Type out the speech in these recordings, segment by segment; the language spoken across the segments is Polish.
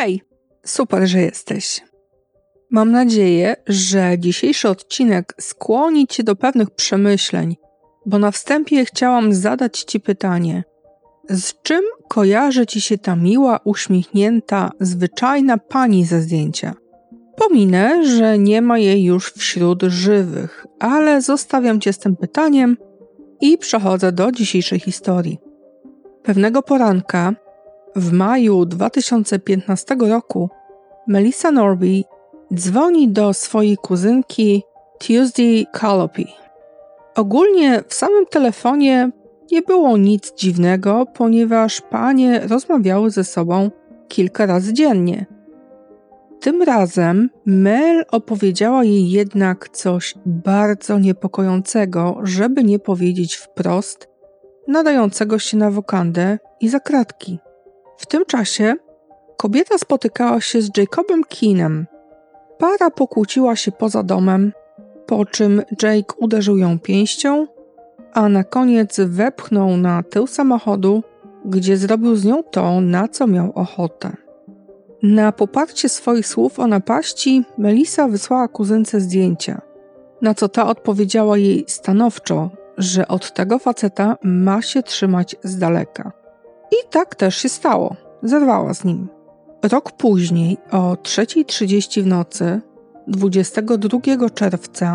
Hej, super, że jesteś. Mam nadzieję, że dzisiejszy odcinek skłoni Cię do pewnych przemyśleń, bo na wstępie chciałam zadać Ci pytanie. Z czym kojarzy Ci się ta miła, uśmiechnięta, zwyczajna pani ze zdjęcia? Pominę, że nie ma jej już wśród żywych, ale zostawiam Cię z tym pytaniem i przechodzę do dzisiejszej historii. Pewnego poranka, w maju 2015 roku, Melissa Norby dzwoni do swojej kuzynki Tuesday Callopy. Ogólnie w samym telefonie nie było nic dziwnego, ponieważ panie rozmawiały ze sobą kilka razy dziennie. Tym razem Mel opowiedziała jej jednak coś bardzo niepokojącego, żeby nie powiedzieć wprost, nadającego się na wokandę i za kratki. W tym czasie kobieta spotykała się z Jacobem Keenem. Para pokłóciła się poza domem, po czym Jake uderzył ją pięścią, a na koniec wepchnął na tył samochodu, gdzie zrobił z nią to, na co miał ochotę. Na poparcie swoich słów o napaści Melissa wysłała kuzynce zdjęcia, na co ta odpowiedziała jej stanowczo, że od tego faceta ma się trzymać z daleka. I tak też się stało. Zerwała z nim. Rok później, o 3:30 w nocy, 22 czerwca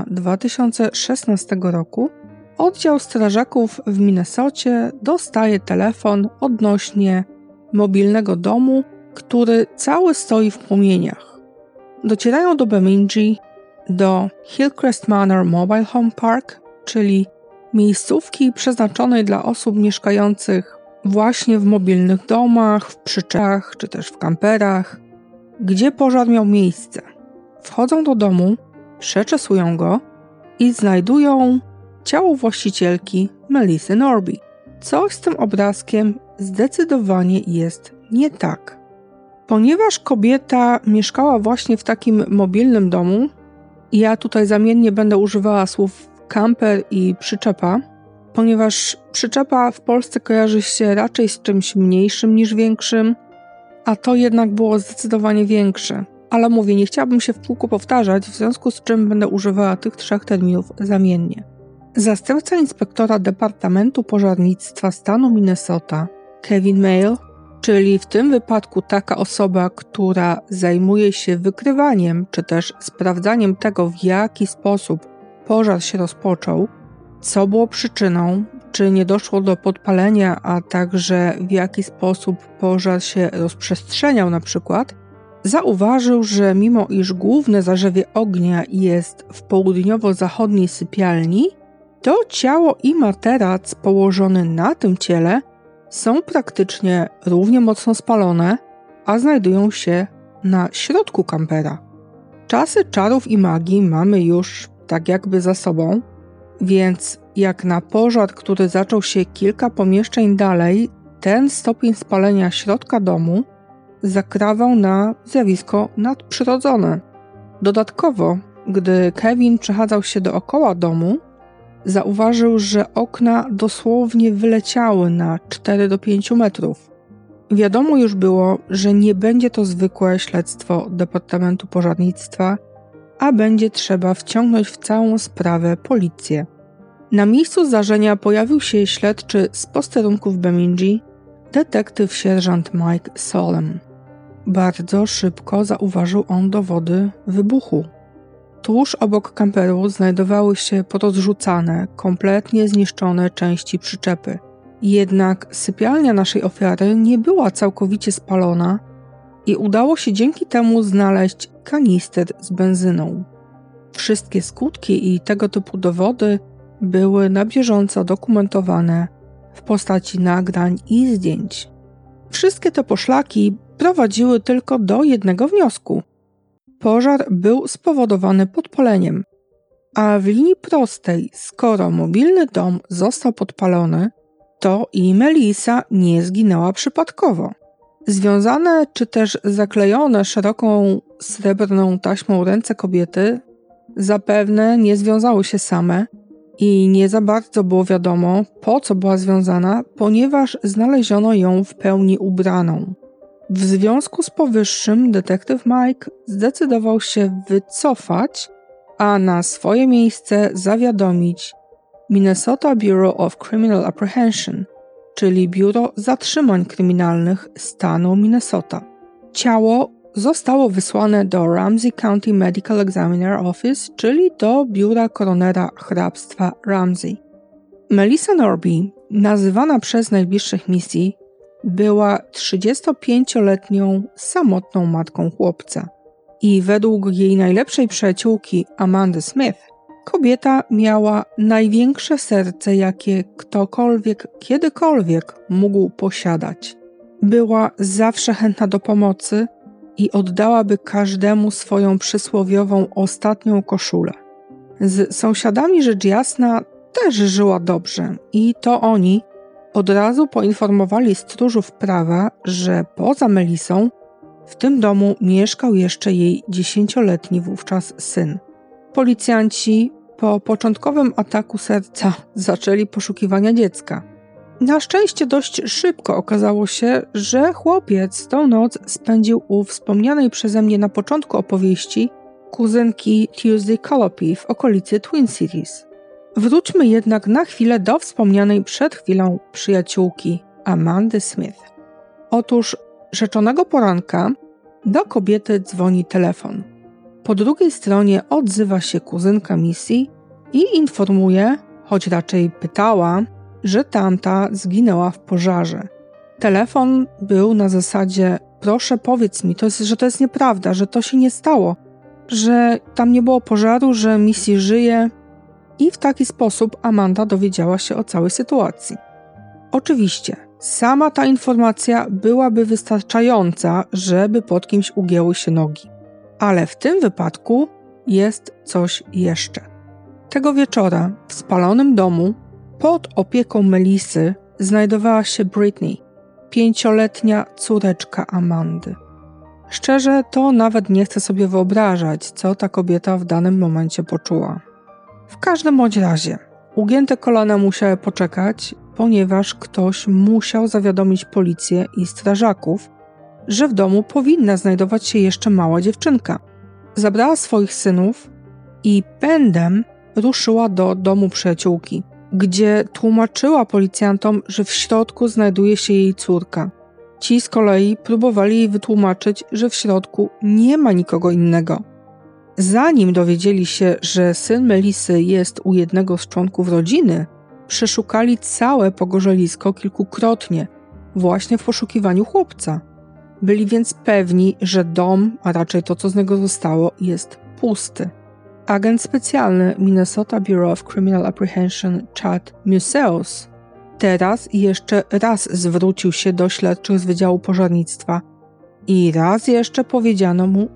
2016 roku, oddział strażaków w Minnesocie dostaje telefon odnośnie mobilnego domu, który cały stoi w płomieniach. Docierają do Bemidji, do Hillcrest Manor Mobile Home Park, czyli miejscówki przeznaczonej dla osób mieszkających właśnie w mobilnych domach, w przyczepach czy też w kamperach, gdzie pożar miał miejsce. Wchodzą do domu, przeczesują go i znajdują ciało właścicielki Melissy Norby. Coś z tym obrazkiem zdecydowanie jest nie tak. Ponieważ kobieta mieszkała właśnie w takim mobilnym domu, ja tutaj zamiennie będę używała słów kamper i przyczepa, ponieważ przyczepa w Polsce kojarzy się raczej z czymś mniejszym niż większym, a to jednak było zdecydowanie większe. Ale mówię, nie chciałabym się w kółko powtarzać, w związku z czym będę używała tych trzech terminów zamiennie. Zastępca inspektora Departamentu Pożarnictwa stanu Minnesota, Kevin Mail, czyli w tym wypadku taka osoba, która zajmuje się wykrywaniem czy też sprawdzaniem tego, w jaki sposób pożar się rozpoczął, co było przyczyną, czy nie doszło do podpalenia, a także w jaki sposób pożar się rozprzestrzeniał na przykład, zauważył, że mimo iż główne zarzewie ognia jest w południowo-zachodniej sypialni, to ciało i materac położony na tym ciele są praktycznie równie mocno spalone, a znajdują się na środku kampera. Czasy czarów i magii mamy już tak jakby za sobą, więc jak na pożar, który zaczął się kilka pomieszczeń dalej, ten stopień spalenia środka domu zakrawał na zjawisko nadprzyrodzone. Dodatkowo, gdy Kevin przechadzał się dookoła domu, zauważył, że okna dosłownie wyleciały na 4 do 5 metrów. Wiadomo już było, że nie będzie to zwykłe śledztwo Departamentu Pożarnictwa, a będzie trzeba wciągnąć w całą sprawę policję. Na miejscu zdarzenia pojawił się śledczy z posterunku w Bemidji, detektyw sierżant Mike Solem. Bardzo szybko zauważył on dowody wybuchu. Tuż obok kamperu znajdowały się porozrzucane, kompletnie zniszczone części przyczepy. Jednak sypialnia naszej ofiary nie była całkowicie spalona i udało się dzięki temu znaleźć kanister z benzyną. Wszystkie skutki i tego typu dowody były na bieżąco dokumentowane w postaci nagrań i zdjęć. Wszystkie te poszlaki prowadziły tylko do jednego wniosku. Pożar był spowodowany podpaleniem, a w linii prostej, skoro mobilny dom został podpalony, to i Melissa nie zginęła przypadkowo. Związane czy też zaklejone szeroką srebrną taśmą ręce kobiety zapewne nie związały się same i nie za bardzo było wiadomo, po co była związana, ponieważ znaleziono ją w pełni ubraną. W związku z powyższym detektyw Mike zdecydował się wycofać, a na swoje miejsce zawiadomić Minnesota Bureau of Criminal Apprehension, czyli Biuro Zatrzymań Kryminalnych stanu Minnesota. Ciało zostało wysłane do Ramsey County Medical Examiner Office, czyli do biura koronera hrabstwa Ramsey. Melissa Norby, nazywana przez najbliższych Missy, była 35-letnią samotną matką chłopca. I według jej najlepszej przyjaciółki Amandy Smith, kobieta miała największe serce, jakie ktokolwiek kiedykolwiek mógł posiadać. Była zawsze chętna do pomocy i oddałaby każdemu swoją przysłowiową ostatnią koszulę. Z sąsiadami rzecz jasna też żyła dobrze i to oni od razu poinformowali stróżów prawa, że poza Melissą w tym domu mieszkał jeszcze jej 10-letni wówczas syn. Policjanci po początkowym ataku serca zaczęli poszukiwania dziecka. Na szczęście dość szybko okazało się, że chłopiec tą noc spędził u wspomnianej przeze mnie na początku opowieści kuzynki Tuesday Colopy w okolicy Twin Cities. Wróćmy jednak na chwilę do wspomnianej przed chwilą przyjaciółki Amandy Smith. Otóż rzeczonego poranka do kobiety dzwoni telefon. Po drugiej stronie odzywa się kuzynka Missy i informuje, choć raczej pytała, że tamta zginęła w pożarze. Telefon był na zasadzie: proszę powiedz mi, że to jest nieprawda, że to się nie stało, że tam nie było pożaru, że Missy żyje. I w taki sposób Amanda dowiedziała się o całej sytuacji. Oczywiście, sama ta informacja byłaby wystarczająca, żeby pod kimś ugięły się nogi. Ale w tym wypadku jest coś jeszcze. Tego wieczora w spalonym domu pod opieką Melissy znajdowała się Britney, 5-letnia córeczka Amandy. Szczerze, to nawet nie chcę sobie wyobrażać, co ta kobieta w danym momencie poczuła. W każdym bądź razie, ugięte kolana musiały poczekać, ponieważ ktoś musiał zawiadomić policję i strażaków, że w domu powinna znajdować się jeszcze mała dziewczynka. Zabrała swoich synów i pędem ruszyła do domu przyjaciółki, gdzie tłumaczyła policjantom, że w środku znajduje się jej córka. Ci z kolei próbowali jej wytłumaczyć, że w środku nie ma nikogo innego. Zanim dowiedzieli się, że syn Melissy jest u jednego z członków rodziny, przeszukali całe pogorzelisko kilkukrotnie, właśnie w poszukiwaniu chłopca. Byli więc pewni, że dom, a raczej to, co z niego zostało, jest pusty. Agent specjalny Minnesota Bureau of Criminal Apprehension Chad Museus teraz jeszcze raz zwrócił się do śledczych z Wydziału Pożarnictwa i raz jeszcze powiedziano mu: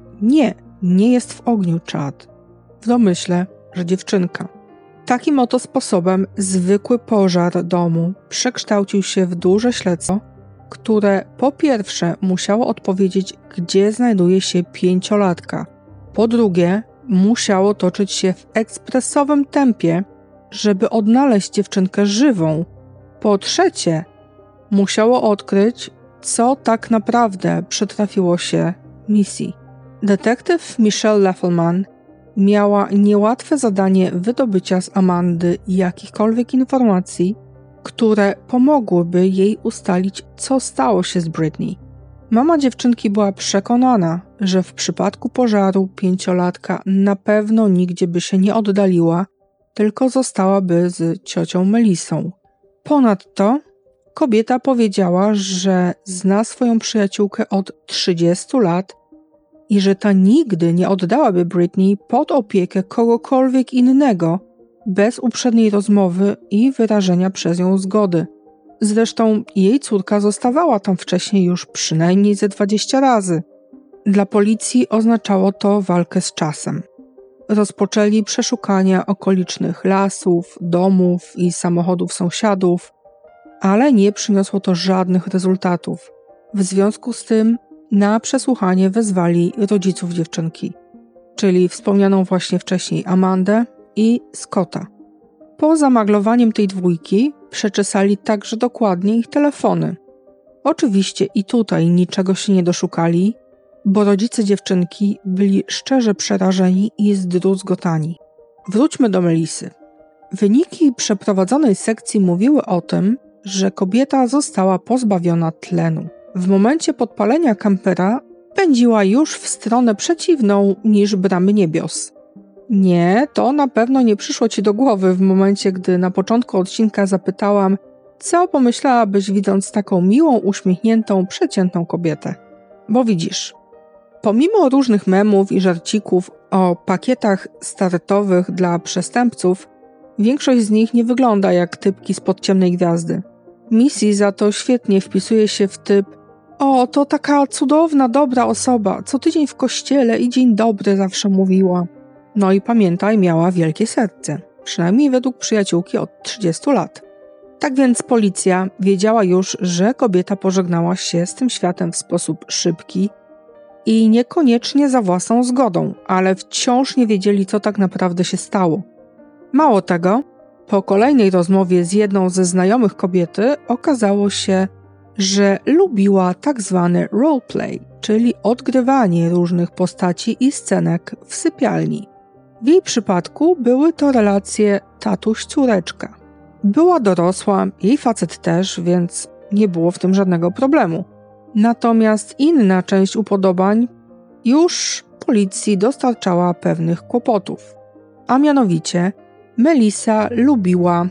nie jest w ogniu, Chad. W domyśle, że dziewczynka. Takim oto sposobem zwykły pożar domu przekształcił się w duże śledztwo, które po pierwsze musiało odpowiedzieć, gdzie znajduje się 5-latka. Po drugie, musiało toczyć się w ekspresowym tempie, żeby odnaleźć dziewczynkę żywą. Po trzecie, musiało odkryć, co tak naprawdę przytrafiło się Missy. Detektyw Michelle Leffelman miała niełatwe zadanie wydobycia z Amandy jakichkolwiek informacji, które pomogłyby jej ustalić, co stało się z Britney. Mama dziewczynki była przekonana, że w przypadku pożaru 5-latka na pewno nigdzie by się nie oddaliła, tylko zostałaby z ciocią Melissą. Ponadto kobieta powiedziała, że zna swoją przyjaciółkę od 30 lat i że ta nigdy nie oddałaby Britney pod opiekę kogokolwiek innego, bez uprzedniej rozmowy i wyrażenia przez nią zgody. Zresztą jej córka zostawała tam wcześniej już przynajmniej ze 20 razy. Dla policji oznaczało to walkę z czasem. Rozpoczęli przeszukania okolicznych lasów, domów i samochodów sąsiadów, ale nie przyniosło to żadnych rezultatów. W związku z tym na przesłuchanie wezwali rodziców dziewczynki, czyli wspomnianą właśnie wcześniej Amandę i Scotta. Po zamaglowaniem tej dwójki przeczesali także dokładnie ich telefony. Oczywiście i tutaj niczego się nie doszukali, bo rodzice dziewczynki byli szczerze przerażeni i zdruzgotani. Wróćmy do Melisy. Wyniki przeprowadzonej sekcji mówiły o tym, że kobieta została pozbawiona tlenu. W momencie podpalenia kampera pędziła już w stronę przeciwną niż bramy niebios. Nie, to na pewno nie przyszło ci do głowy w momencie, gdy na początku odcinka zapytałam, co pomyślałabyś, widząc taką miłą, uśmiechniętą, przeciętną kobietę. Bo widzisz, pomimo różnych memów i żarcików o pakietach startowych dla przestępców, większość z nich nie wygląda jak typki spod Ciemnej Gwiazdy. Missy za to świetnie wpisuje się w typ: o, to taka cudowna, dobra osoba, co tydzień w kościele i dzień dobry zawsze mówiła. No i pamiętaj, miała wielkie serce, przynajmniej według przyjaciółki od 30 lat. Tak więc policja wiedziała już, że kobieta pożegnała się z tym światem w sposób szybki i niekoniecznie za własną zgodą, ale wciąż nie wiedzieli, co tak naprawdę się stało. Mało tego, po kolejnej rozmowie z jedną ze znajomych kobiety okazało się, że lubiła tak zwany roleplay, czyli odgrywanie różnych postaci i scenek w sypialni. W jej przypadku były to relacje tatuś-córeczka. Była dorosła, jej facet też, więc nie było w tym żadnego problemu. Natomiast inna część upodobań już policji dostarczała pewnych kłopotów. A mianowicie Melissa lubiła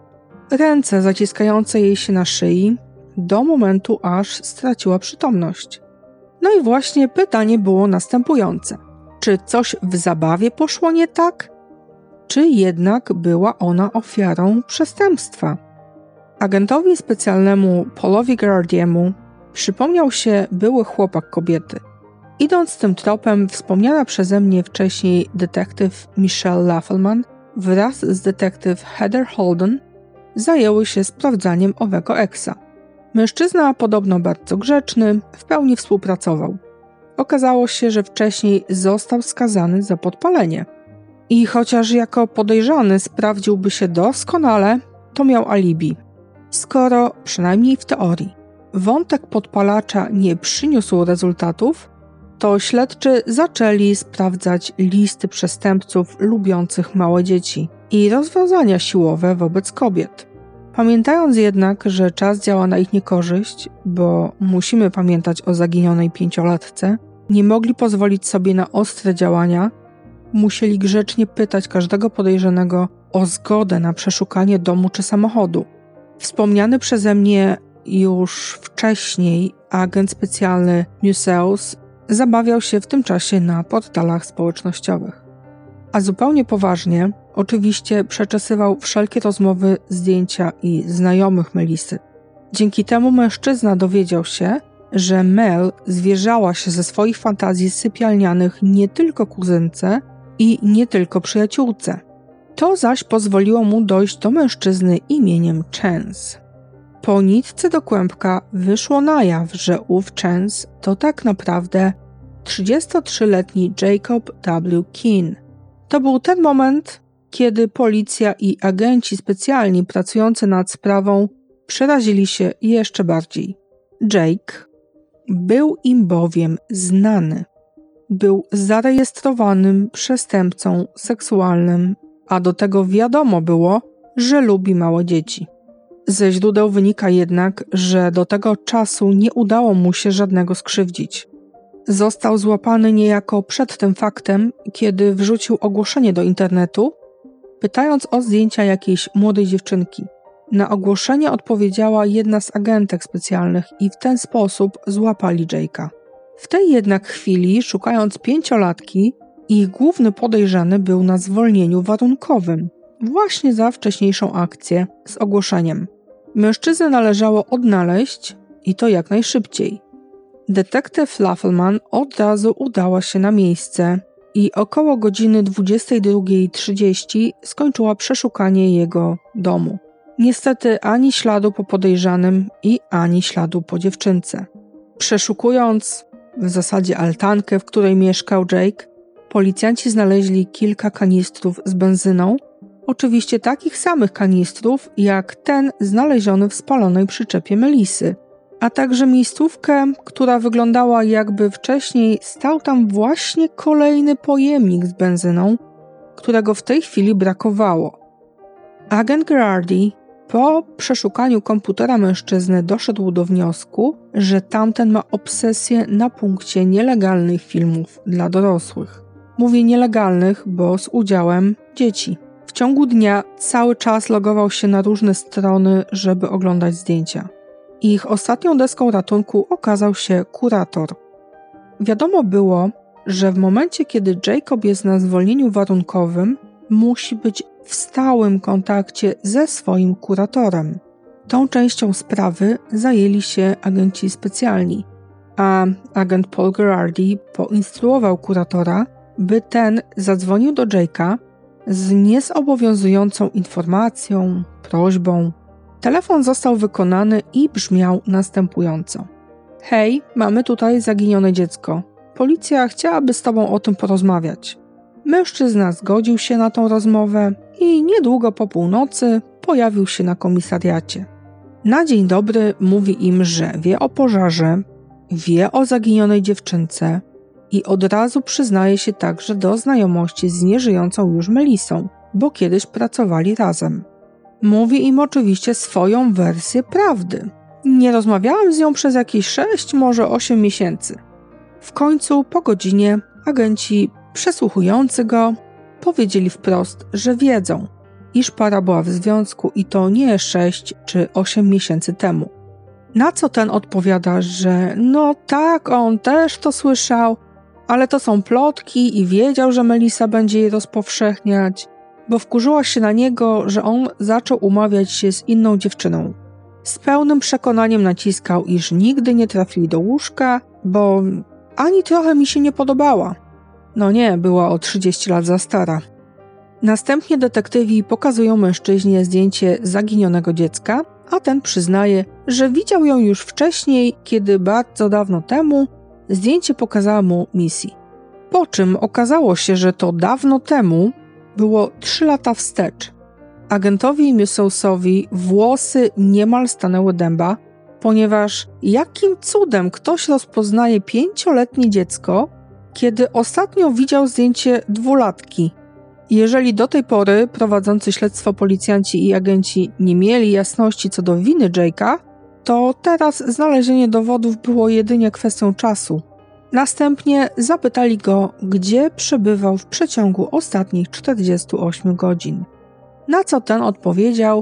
ręce zaciskające jej się na szyi do momentu, aż straciła przytomność. No i właśnie pytanie było następujące. Czy coś w zabawie poszło nie tak? Czy jednak była ona ofiarą przestępstwa? Agentowi specjalnemu Paulowi Girardiemu przypomniał się były chłopak kobiety. Idąc tym tropem, wspomniana przeze mnie wcześniej detektyw Michelle Laffelman wraz z detektyw Heather Holden zajęły się sprawdzaniem owego eksa. Mężczyzna, podobno bardzo grzeczny, w pełni współpracował. Okazało się, że wcześniej został skazany za podpalenie. I chociaż jako podejrzany sprawdziłby się doskonale, to miał alibi. Skoro, przynajmniej w teorii, wątek podpalacza nie przyniósł rezultatów, to śledczy zaczęli sprawdzać listy przestępców lubiących małe dzieci i rozwiązania siłowe wobec kobiet. Pamiętając jednak, że czas działa na ich niekorzyść, bo musimy pamiętać o zaginionej 5-latce, nie mogli pozwolić sobie na ostre działania, musieli grzecznie pytać każdego podejrzanego o zgodę na przeszukanie domu czy samochodu. Wspomniany przeze mnie już wcześniej agent specjalny Museus zabawiał się w tym czasie na portalach społecznościowych. A zupełnie poważnie, oczywiście przeczesywał wszelkie rozmowy, zdjęcia i znajomych Melisy. Dzięki temu mężczyzna dowiedział się, że Mel zwierzała się ze swoich fantazji sypialnianych nie tylko kuzynce i nie tylko przyjaciółce. To zaś pozwoliło mu dojść do mężczyzny imieniem Chance. Po nitce do kłębka wyszło na jaw, że ów Chance to tak naprawdę 33-letni Jacob W. Keane. To był ten moment, kiedy policja i agenci specjalni pracujący nad sprawą przerazili się jeszcze bardziej. Jake był im bowiem znany. Był zarejestrowanym przestępcą seksualnym, a do tego wiadomo było, że lubi małe dzieci. Ze źródeł wynika jednak, że do tego czasu nie udało mu się żadnego skrzywdzić. Został złapany niejako przed tym faktem, kiedy wrzucił ogłoszenie do internetu, pytając o zdjęcia jakiejś młodej dziewczynki. Na ogłoszenie odpowiedziała jedna z agentek specjalnych i w ten sposób złapali Jake'a. W tej jednak chwili, szukając 5-latki, ich główny podejrzany był na zwolnieniu warunkowym, właśnie za wcześniejszą akcję z ogłoszeniem. Mężczyznę należało odnaleźć i to jak najszybciej. Detektyw Laffelman od razu udała się na miejsce i około godziny 22:30 skończyła przeszukanie jego domu. Niestety ani śladu po podejrzanym i ani śladu po dziewczynce. Przeszukując w zasadzie altankę, w której mieszkał Jake, policjanci znaleźli kilka kanistrów z benzyną, oczywiście takich samych kanistrów jak ten znaleziony w spalonej przyczepie Melisy. a także miejscówkę, która wyglądała jakby wcześniej stał tam właśnie kolejny pojemnik z benzyną, którego w tej chwili brakowało. Agent Girardi po przeszukaniu komputera mężczyzny doszedł do wniosku, że tamten ma obsesję na punkcie nielegalnych filmów dla dorosłych. Mówię nielegalnych, bo z udziałem dzieci. W ciągu dnia cały czas logował się na różne strony, żeby oglądać zdjęcia. Ich ostatnią deską ratunku okazał się kurator. Wiadomo było, że w momencie, kiedy Jacob jest na zwolnieniu warunkowym, musi być w stałym kontakcie ze swoim kuratorem. Tą częścią sprawy zajęli się agenci specjalni, a agent Paul Girardi poinstruował kuratora, by ten zadzwonił do Jake'a z niezobowiązującą informacją, prośbą. Telefon został wykonany i brzmiał następująco. Hej, mamy tutaj zaginione dziecko. Policja chciałaby z tobą o tym porozmawiać. Mężczyzna zgodził się na tą rozmowę i niedługo po północy pojawił się na komisariacie. Na dzień dobry mówi im, że wie o pożarze, wie o zaginionej dziewczynce i od razu przyznaje się także do znajomości z nieżyjącą już Melissą, bo kiedyś pracowali razem. Mówi im oczywiście swoją wersję prawdy. Nie rozmawiałem z nią przez jakieś 6, może 8 miesięcy. W końcu, po godzinie, agenci przesłuchujący go powiedzieli wprost, że wiedzą, iż para była w związku i to nie 6 czy 8 miesięcy temu. Na co ten odpowiada, że no tak, on też to słyszał, ale to są plotki i wiedział, że Melissa będzie je rozpowszechniać, bo wkurzyła się na niego, że on zaczął umawiać się z inną dziewczyną. Z pełnym przekonaniem naciskał, iż nigdy nie trafili do łóżka, bo ani trochę mi się nie podobała. No nie, była o 30 lat za stara. Następnie detektywi pokazują mężczyźnie zdjęcie zaginionego dziecka, a ten przyznaje, że widział ją już wcześniej, kiedy bardzo dawno temu zdjęcie pokazała mu Missy. Po czym okazało się, że to dawno temu było 3 lata wstecz. Agentowi Missousowi włosy niemal stanęły dęba, ponieważ jakim cudem ktoś rozpoznaje 5-letnie dziecko, kiedy ostatnio widział zdjęcie 2-latki. Jeżeli do tej pory prowadzący śledztwo policjanci i agenci nie mieli jasności co do winy Jake'a, to teraz znalezienie dowodów było jedynie kwestią czasu. Następnie zapytali go, gdzie przebywał w przeciągu ostatnich 48 godzin. Na co ten odpowiedział,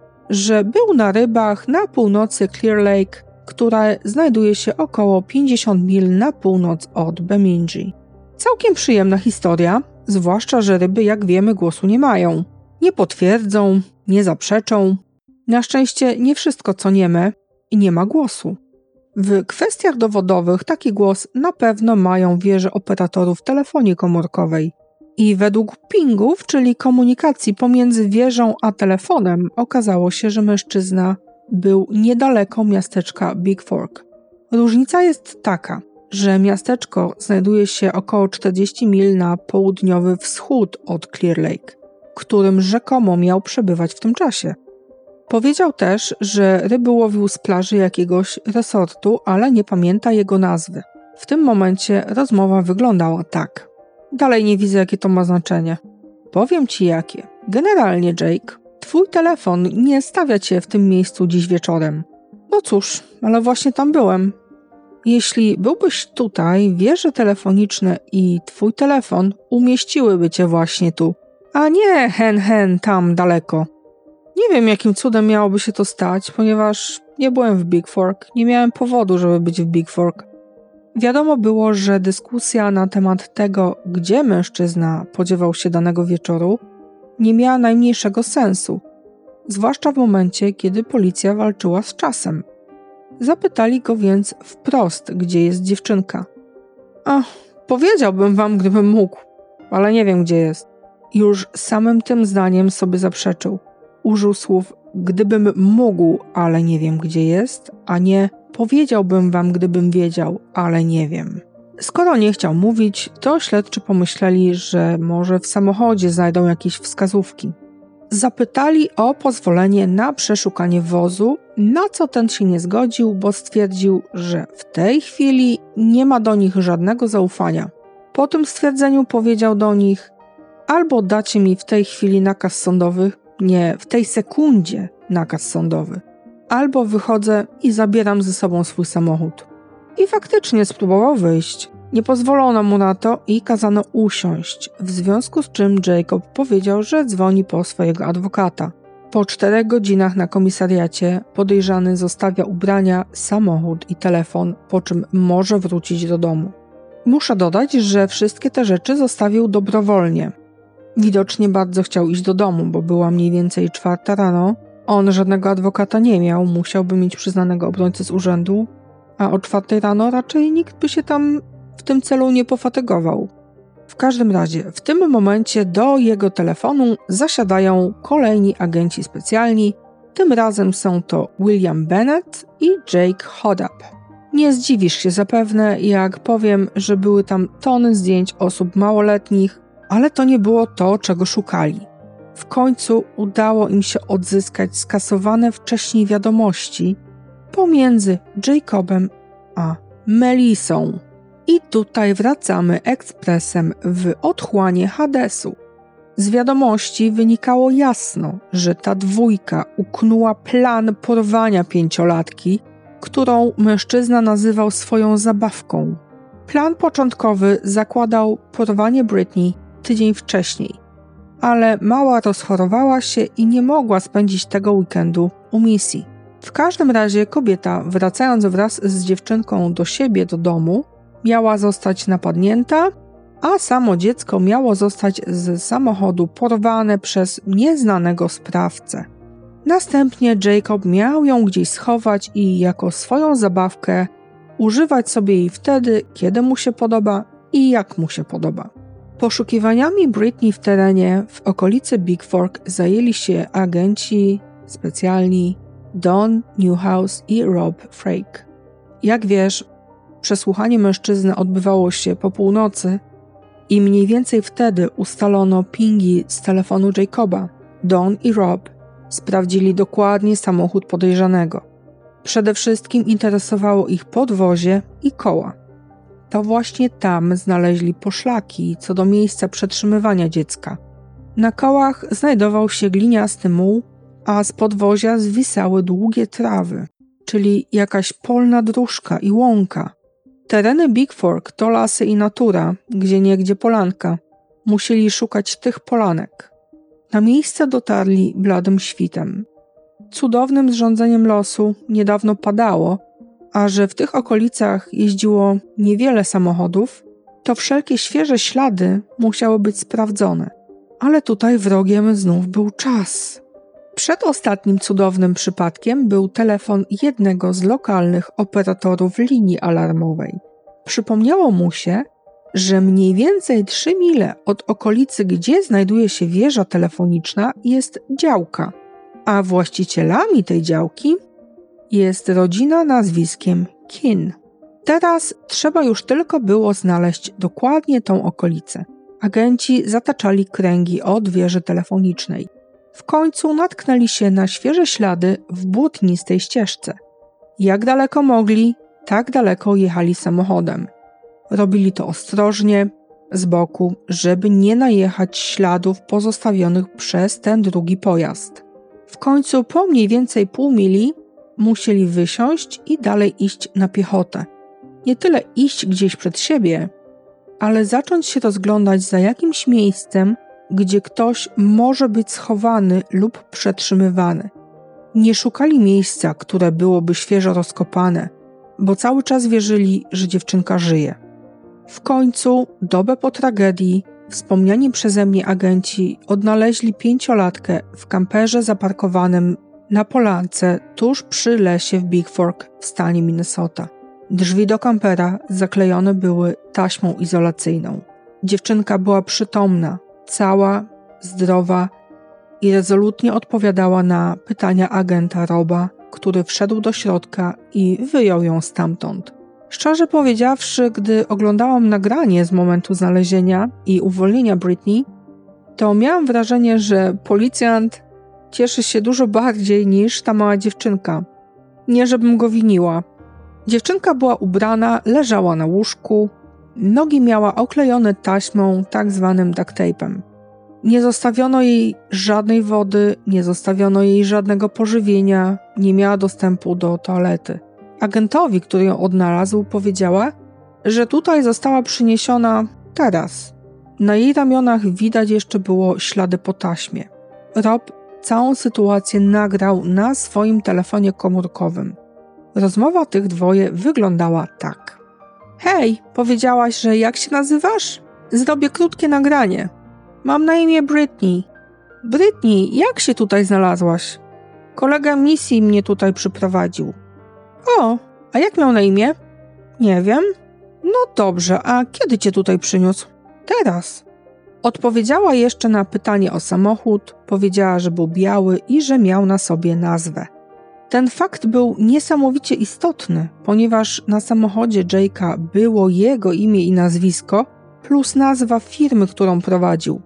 że był na rybach na północy Clear Lake, która znajduje się około 50 mil na północ od Bemidji. Całkiem przyjemna historia, zwłaszcza, że ryby, jak wiemy, głosu nie mają. Nie potwierdzą, nie zaprzeczą. Na szczęście nie wszystko, co nieme, i nie ma głosu. W kwestiach dowodowych taki głos na pewno mają wieże operatorów telefonii komórkowej. I według pingów, czyli komunikacji pomiędzy wieżą a telefonem, okazało się, że mężczyzna był niedaleko miasteczka Big Fork. Różnica jest taka, że miasteczko znajduje się około 40 mil na południowy wschód od Clear Lake, którym rzekomo miał przebywać w tym czasie. Powiedział też, że ryby łowił z plaży jakiegoś resortu, ale nie pamięta jego nazwy. W tym momencie rozmowa wyglądała tak. Dalej nie widzę, jakie to ma znaczenie. Powiem ci jakie. Generalnie, Jake, twój telefon nie stawia cię w tym miejscu dziś wieczorem. No cóż, ale właśnie tam byłem. Jeśli byłbyś tutaj, wieże telefoniczne i twój telefon umieściłyby cię właśnie tu, a nie tam daleko. Nie wiem, jakim cudem miałoby się to stać, ponieważ nie byłem w Big Fork, nie miałem powodu, żeby być w Big Fork. Wiadomo było, że dyskusja na temat tego, gdzie mężczyzna podziewał się danego wieczoru, nie miała najmniejszego sensu, zwłaszcza w momencie, kiedy policja walczyła z czasem. Zapytali go więc wprost, gdzie jest dziewczynka. Powiedziałbym wam, gdybym mógł, ale nie wiem, gdzie jest. Już samym tym zdaniem sobie zaprzeczył. Użył słów, gdybym mógł, ale nie wiem, gdzie jest, a nie powiedziałbym wam, gdybym wiedział, ale nie wiem. Skoro nie chciał mówić, to śledczy pomyśleli, że może w samochodzie znajdą jakieś wskazówki. Zapytali o pozwolenie na przeszukanie wozu, na co ten się nie zgodził, bo stwierdził, że w tej chwili nie ma do nich żadnego zaufania. Po tym stwierdzeniu powiedział do nich: albo dacie mi w tej chwili nakaz sądowy, nie, w tej sekundzie nakaz sądowy, albo wychodzę i zabieram ze sobą swój samochód. I faktycznie spróbował wyjść. Nie pozwolono mu na to i kazano usiąść, w związku z czym Jacob powiedział, że dzwoni po swojego adwokata. Po 4 godzinach na komisariacie podejrzany zostawia ubrania, samochód i telefon, po czym może wrócić do domu. Muszę dodać, że wszystkie te rzeczy zostawił dobrowolnie. Widocznie bardzo chciał iść do domu, bo była mniej więcej 4 rano. On żadnego adwokata nie miał, musiałby mieć przyznanego obrońcę z urzędu, a o 4 rano raczej nikt by się tam w tym celu nie pofatygował. W każdym razie, w tym momencie do jego telefonu zasiadają kolejni agenci specjalni. Tym razem są to William Bennett i Jake Hoddap. Nie zdziwisz się zapewne, jak powiem, że były tam tony zdjęć osób małoletnich, ale to nie było to, czego szukali. W końcu udało im się odzyskać skasowane wcześniej wiadomości pomiędzy Jacobem a Melissą. I tutaj wracamy ekspresem w otchłanie Hadesu. Z wiadomości wynikało jasno, że ta dwójka uknuła plan porwania 5-latki, którą mężczyzna nazywał swoją zabawką. Plan początkowy zakładał porwanie Britney tydzień wcześniej, ale mała rozchorowała się i nie mogła spędzić tego weekendu u Missy. W każdym razie kobieta, wracając wraz z dziewczynką do siebie, do domu, miała zostać napadnięta, a samo dziecko miało zostać z samochodu porwane przez nieznanego sprawcę. Następnie Jacob miał ją gdzieś schować i jako swoją zabawkę używać sobie jej wtedy, kiedy mu się podoba i jak mu się podoba. Poszukiwaniami Britney w terenie w okolicy Big Fork zajęli się agenci specjalni Don Newhouse i Rob Frake. Jak wiesz, przesłuchanie mężczyzny odbywało się po północy i mniej więcej wtedy ustalono pingi z telefonu Jacoba. Don i Rob sprawdzili dokładnie samochód podejrzanego. Przede wszystkim interesowało ich podwozie i koła. To właśnie tam znaleźli poszlaki co do miejsca przetrzymywania dziecka. Na kołach znajdował się gliniasty muł, a z podwozia zwisały długie trawy, czyli jakaś polna dróżka i łąka. Tereny Big Fork to lasy i natura, gdzieniegdzie polanka. Musieli szukać tych polanek. Na miejsce dotarli bladym świtem. Cudownym zrządzeniem losu niedawno padało, a że w tych okolicach jeździło niewiele samochodów, to wszelkie świeże ślady musiały być sprawdzone. Ale tutaj wrogiem znów był czas. Przedostatnim cudownym przypadkiem był telefon jednego z lokalnych operatorów linii alarmowej. Przypomniało mu się, że mniej więcej 3 mile od okolicy, gdzie znajduje się wieża telefoniczna, jest działka, a właścicielami tej działki jest rodzina nazwiskiem Kin. Teraz trzeba już tylko było znaleźć dokładnie tą okolicę. Agenci zataczali kręgi od wieży telefonicznej. W końcu natknęli się na świeże ślady w błotnistej ścieżce. Jak daleko mogli, tak daleko jechali samochodem. Robili to ostrożnie, z boku, żeby nie najechać śladów pozostawionych przez ten drugi pojazd. W końcu po mniej więcej pół mili musieli wysiąść i dalej iść na piechotę. Nie tyle iść gdzieś przed siebie, ale zacząć się rozglądać za jakimś miejscem, gdzie ktoś może być schowany lub przetrzymywany. Nie szukali miejsca, które byłoby świeżo rozkopane, bo cały czas wierzyli, że dziewczynka żyje. W końcu, dobę po tragedii, wspomniani przeze mnie agenci odnaleźli 5-latkę w kamperze zaparkowanym na polance tuż przy lesie w Big Fork w stanie Minnesota. Drzwi do kampera zaklejone były taśmą izolacyjną. Dziewczynka była przytomna, cała, zdrowa i rezolutnie odpowiadała na pytania agenta Roba, który wszedł do środka i wyjął ją stamtąd. Szczerze powiedziawszy, gdy oglądałam nagranie z momentu znalezienia i uwolnienia Britney, to miałam wrażenie, że policjant cieszy się dużo bardziej niż ta mała dziewczynka. Nie żebym go winiła. Dziewczynka była ubrana, leżała na łóżku, nogi miała oklejone taśmą, tak zwanym duct tape'em. Nie zostawiono jej żadnej wody, nie zostawiono jej żadnego pożywienia, nie miała dostępu do toalety. Agentowi, który ją odnalazł, powiedziała, że tutaj została przyniesiona teraz. Na jej ramionach widać jeszcze było ślady po taśmie. Rob całą sytuację nagrał na swoim telefonie komórkowym. Rozmowa tych dwoje wyglądała tak. Hej, powiedziałaś, że jak się nazywasz? Zrobię krótkie nagranie. Mam na imię Britney. Britney, jak się tutaj znalazłaś? Kolega misji mnie tutaj przyprowadził. O, a jak miał na imię? Nie wiem. No dobrze, a kiedy cię tutaj przyniósł? Teraz. Odpowiedziała jeszcze na pytanie o samochód, powiedziała, że był biały i że miał na sobie nazwę. Ten fakt był niesamowicie istotny, ponieważ na samochodzie Jake'a było jego imię i nazwisko, plus nazwa firmy, którą prowadził.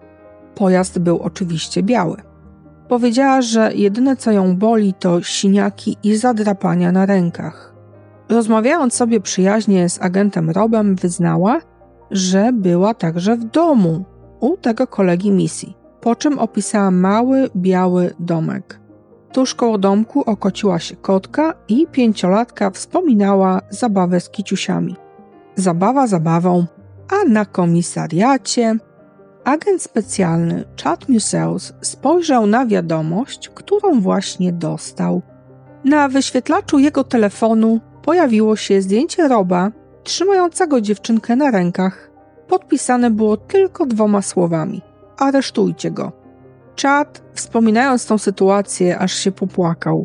Pojazd był oczywiście biały. Powiedziała, że jedyne co ją boli to siniaki i zadrapania na rękach. Rozmawiając sobie przyjaźnie z agentem Robem, wyznała, że była także w domu u tego kolegi misji, po czym opisała mały, biały domek. Tuż koło domku okociła się kotka i 5-latka wspominała zabawę z kiciusiami. Zabawa zabawą, a na komisariacie agent specjalny Chad Museus spojrzał na wiadomość, którą właśnie dostał. Na wyświetlaczu jego telefonu pojawiło się zdjęcie Roba trzymającego dziewczynkę na rękach. Podpisane było tylko 2 słowami: aresztujcie go. Chad, wspominając tą sytuację, aż się popłakał.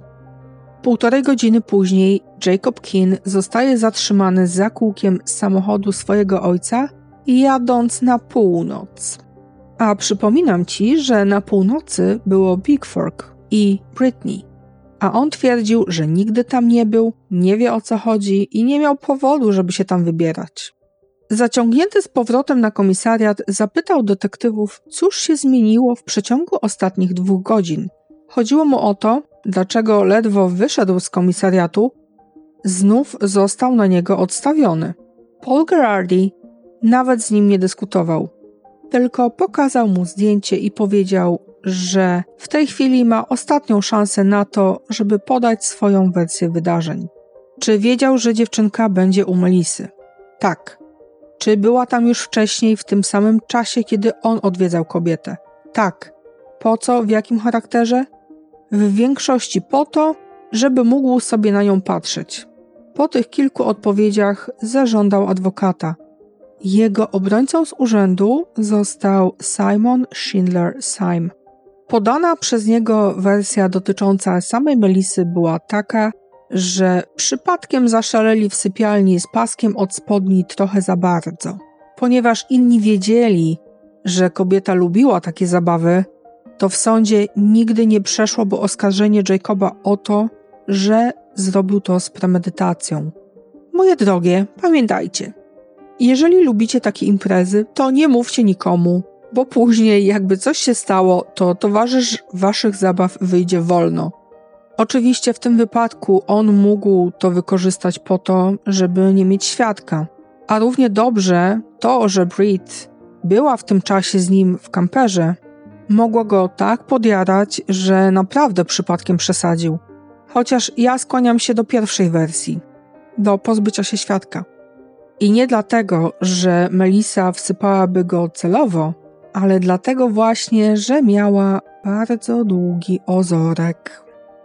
1,5 godziny później Jacob Keane zostaje zatrzymany za kółkiem samochodu swojego ojca, jadąc na północ. A przypominam ci, że na północy było Big Fork i Britney. A on twierdził, że nigdy tam nie był, nie wie o co chodzi i nie miał powodu, żeby się tam wybierać. Zaciągnięty z powrotem na komisariat, zapytał detektywów, cóż się zmieniło w przeciągu ostatnich 2 godzin. Chodziło mu o to, dlaczego ledwo wyszedł z komisariatu, znów został na niego odstawiony. Paul Gerardi nawet z nim nie dyskutował, tylko pokazał mu zdjęcie i powiedział, że w tej chwili ma ostatnią szansę na to, żeby podać swoją wersję wydarzeń. Czy wiedział, że dziewczynka będzie u Melisy? Tak. Czy była tam już wcześniej w tym samym czasie, kiedy on odwiedzał kobietę? Tak. Po co? W jakim charakterze? W większości po to, żeby mógł sobie na nią patrzeć. Po tych kilku odpowiedziach zażądał adwokata. Jego obrońcą z urzędu został Simon Schindler-Syme. Podana przez niego wersja dotycząca samej Melisy była taka, że przypadkiem zaszaleli w sypialni z paskiem od spodni trochę za bardzo. Ponieważ inni wiedzieli, że kobieta lubiła takie zabawy, to w sądzie nigdy nie przeszłoby oskarżenie Jacoba o to, że zrobił to z premedytacją. Moje drogie, pamiętajcie, jeżeli lubicie takie imprezy, to nie mówcie nikomu, bo później jakby coś się stało, to towarzysz waszych zabaw wyjdzie wolno. Oczywiście w tym wypadku on mógł to wykorzystać po to, żeby nie mieć świadka. A równie dobrze to, że Brit była w tym czasie z nim w kamperze, mogło go tak podjarać, że naprawdę przypadkiem przesadził. Chociaż ja skłaniam się do pierwszej wersji, do pozbycia się świadka. I nie dlatego, że Melisa wsypałaby go celowo, ale dlatego właśnie, że miała bardzo długi ozorek.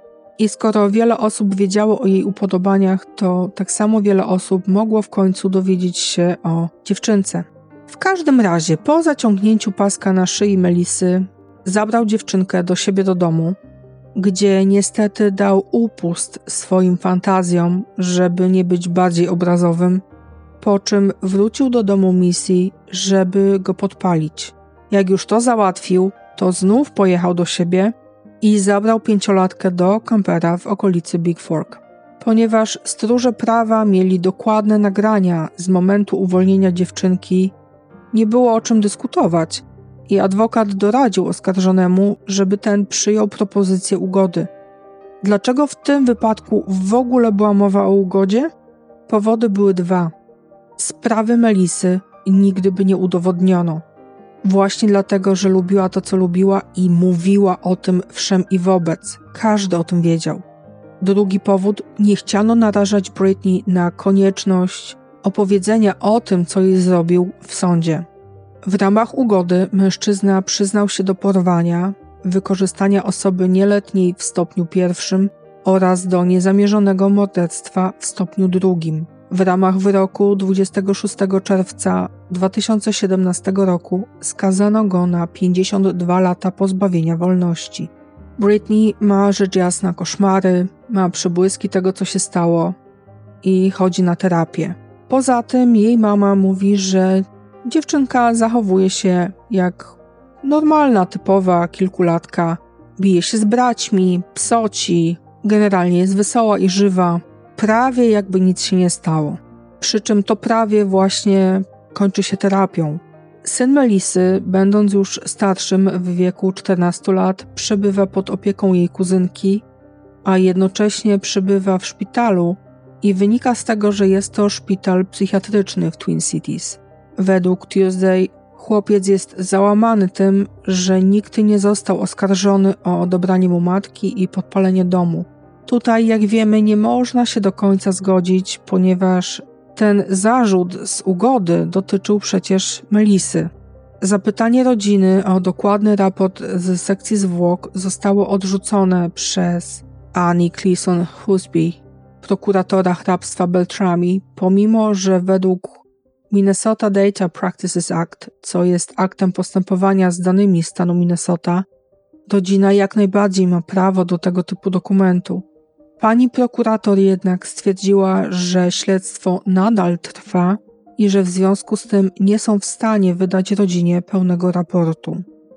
I skoro wiele osób wiedziało o jej upodobaniach, to tak samo wiele osób mogło w końcu dowiedzieć się o dziewczynce. W każdym razie, po zaciągnięciu paska na szyi Melisy, zabrał dziewczynkę do siebie do domu, gdzie niestety dał upust swoim fantazjom, żeby nie być bardziej obrazowym, po czym wrócił do domu misji, żeby go podpalić. Jak już to załatwił, to znów pojechał do siebie i zabrał 5-latkę do kampera w okolicy Big Fork. Ponieważ stróże prawa mieli dokładne nagrania z momentu uwolnienia dziewczynki, nie było o czym dyskutować i adwokat doradził oskarżonemu, żeby ten przyjął propozycję ugody. Dlaczego w tym wypadku w ogóle była mowa o ugodzie? Powody były dwa. Sprawy Melisy nigdy by nie udowodniono. Właśnie dlatego, że lubiła to, co lubiła i mówiła o tym wszem i wobec. Każdy o tym wiedział. Drugi powód, nie chciano narażać Britney na konieczność opowiedzenia o tym, co jej zrobił w sądzie. W ramach ugody mężczyzna przyznał się do porwania, wykorzystania osoby nieletniej w stopniu pierwszym oraz do niezamierzonego morderstwa w stopniu drugim. W ramach wyroku 26 czerwca 2017 roku skazano go na 52 lata pozbawienia wolności. Britney ma rzecz jasna koszmary, ma przebłyski tego, co się stało i chodzi na terapię. Poza tym jej mama mówi, że dziewczynka zachowuje się jak normalna, typowa kilkulatka. Bije się z braćmi, psoci, generalnie jest wesoła i żywa. Prawie jakby nic się nie stało. Przy czym to prawie właśnie kończy się terapią. Syn Melisy, będąc już starszym w wieku 14 lat, przebywa pod opieką jej kuzynki, a jednocześnie przebywa w szpitalu i wynika z tego, że jest to szpital psychiatryczny w Twin Cities. Według Tuesday chłopiec jest załamany tym, że nikt nie został oskarżony o odebranie mu matki i podpalenie domu. Tutaj, jak wiemy, nie można się do końca zgodzić, ponieważ ten zarzut z ugody dotyczył przecież Melisy. Zapytanie rodziny o dokładny raport z sekcji zwłok zostało odrzucone przez Annie Cleason Husby, prokuratora hrabstwa Beltrami, pomimo że według Minnesota Data Practices Act, co jest aktem postępowania z danymi stanu Minnesota, rodzina jak najbardziej ma prawo do tego typu dokumentu. Pani prokurator jednak stwierdziła, że śledztwo nadal trwa i że w związku z tym nie są w stanie wydać rodzinie pełnego raportu.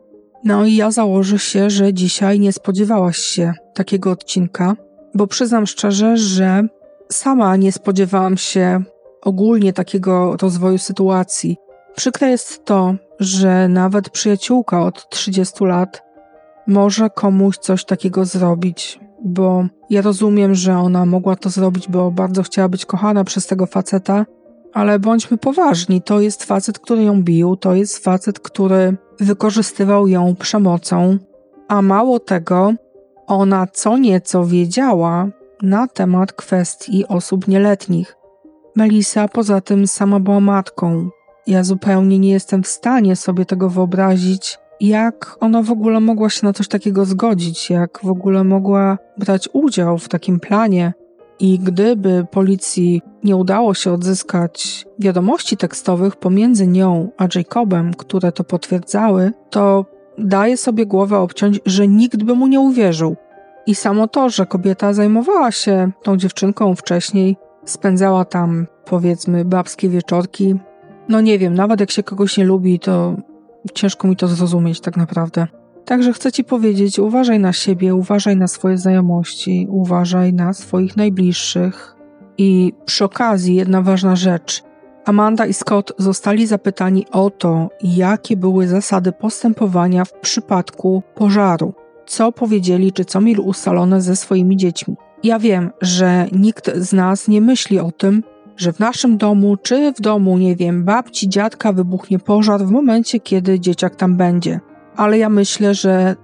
No i ja założę się, że dzisiaj nie spodziewałaś się takiego odcinka, bo przyznam szczerze, że sama nie spodziewałam się ogólnie takiego rozwoju sytuacji. Przykre jest to, że nawet przyjaciółka od 30 lat może komuś coś takiego zrobić, bo ja rozumiem, że ona mogła to zrobić, bo bardzo chciała być kochana przez tego faceta, ale bądźmy poważni, to jest facet, który ją bił, to jest facet, który wykorzystywał ją przemocą, a mało tego, ona co nieco wiedziała na temat kwestii osób nieletnich. Melisa poza tym sama była matką. Ja zupełnie nie jestem w stanie sobie tego wyobrazić, jak ona w ogóle mogła się na coś takiego zgodzić, jak w ogóle mogła brać udział w takim planie. I gdyby policji nie udało się odzyskać wiadomości tekstowych pomiędzy nią a Jacobem, które to potwierdzały, to daje sobie głowę obciąć, że nikt by mu nie uwierzył. I samo to, że kobieta zajmowała się tą dziewczynką wcześniej, spędzała tam, powiedzmy, babskie wieczorki. No nie wiem, nawet jak się kogoś nie lubi, to ciężko mi to zrozumieć tak naprawdę. Także chcę ci powiedzieć, uważaj na siebie, uważaj na swoje znajomości, uważaj na swoich najbliższych. I przy okazji jedna ważna rzecz. Amanda i Scott zostali zapytani o to, jakie były zasady postępowania w przypadku pożaru. Co powiedzieli, czy co mieli ustalone ze swoimi dziećmi. Ja wiem, że nikt z nas nie myśli o tym, że w naszym domu, czy w domu, nie wiem, babci, dziadka wybuchnie pożar w momencie, kiedy dzieciak tam będzie. Ale ja myślę, że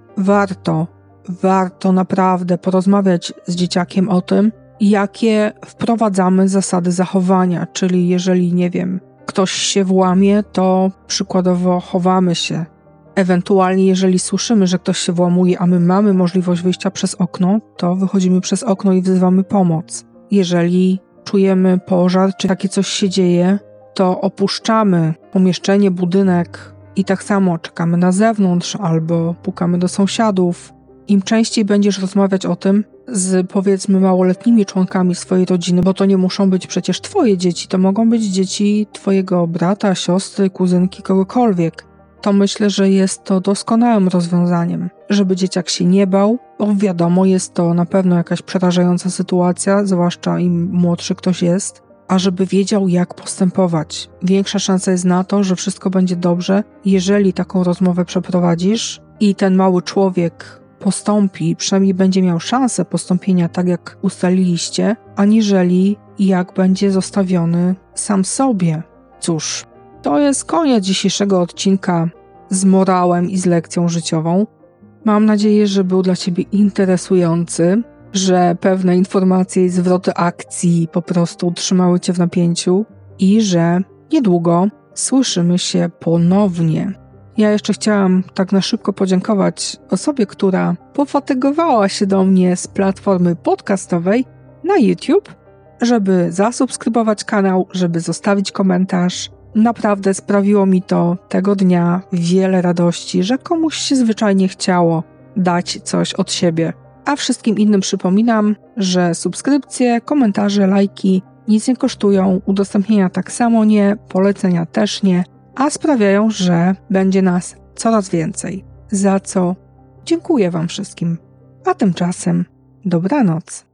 warto naprawdę porozmawiać z dzieciakiem o tym, jakie wprowadzamy zasady zachowania, czyli jeżeli, nie wiem, ktoś się włamie, to przykładowo chowamy się. Ewentualnie, jeżeli słyszymy, że ktoś się włamuje, a my mamy możliwość wyjścia przez okno, to wychodzimy przez okno i wzywamy pomoc. Jeżeli czujemy pożar, czy takie coś się dzieje, to opuszczamy pomieszczenie, budynek i tak samo czekamy na zewnątrz albo pukamy do sąsiadów. Im częściej będziesz rozmawiać o tym z, powiedzmy, małoletnimi członkami swojej rodziny, bo to nie muszą być przecież twoje dzieci, to mogą być dzieci twojego brata, siostry, kuzynki, kogokolwiek. To myślę, że jest to doskonałym rozwiązaniem, żeby dzieciak się nie bał, bo wiadomo, jest to na pewno jakaś przerażająca sytuacja, zwłaszcza im młodszy ktoś jest, a żeby wiedział, jak postępować. Większa szansa jest na to, że wszystko będzie dobrze, jeżeli taką rozmowę przeprowadzisz i ten mały człowiek postąpi, przynajmniej będzie miał szansę postąpienia tak, jak ustaliliście, aniżeli jak będzie zostawiony sam sobie. Cóż, to jest koniec dzisiejszego odcinka z morałem i z lekcją życiową. Mam nadzieję, że był dla Ciebie interesujący, że pewne informacje i zwroty akcji po prostu trzymały Cię w napięciu i że niedługo słyszymy się ponownie. Ja jeszcze chciałam tak na szybko podziękować osobie, która pofatygowała się do mnie z platformy podcastowej na YouTube, żeby zasubskrybować kanał, żeby zostawić komentarz. Naprawdę sprawiło mi to tego dnia wiele radości, że komuś się zwyczajnie chciało dać coś od siebie. A wszystkim innym przypominam, że subskrypcje, komentarze, lajki nic nie kosztują, udostępnienia tak samo nie, polecenia też nie, a sprawiają, że będzie nas coraz więcej. Za co dziękuję Wam wszystkim. A tymczasem dobranoc.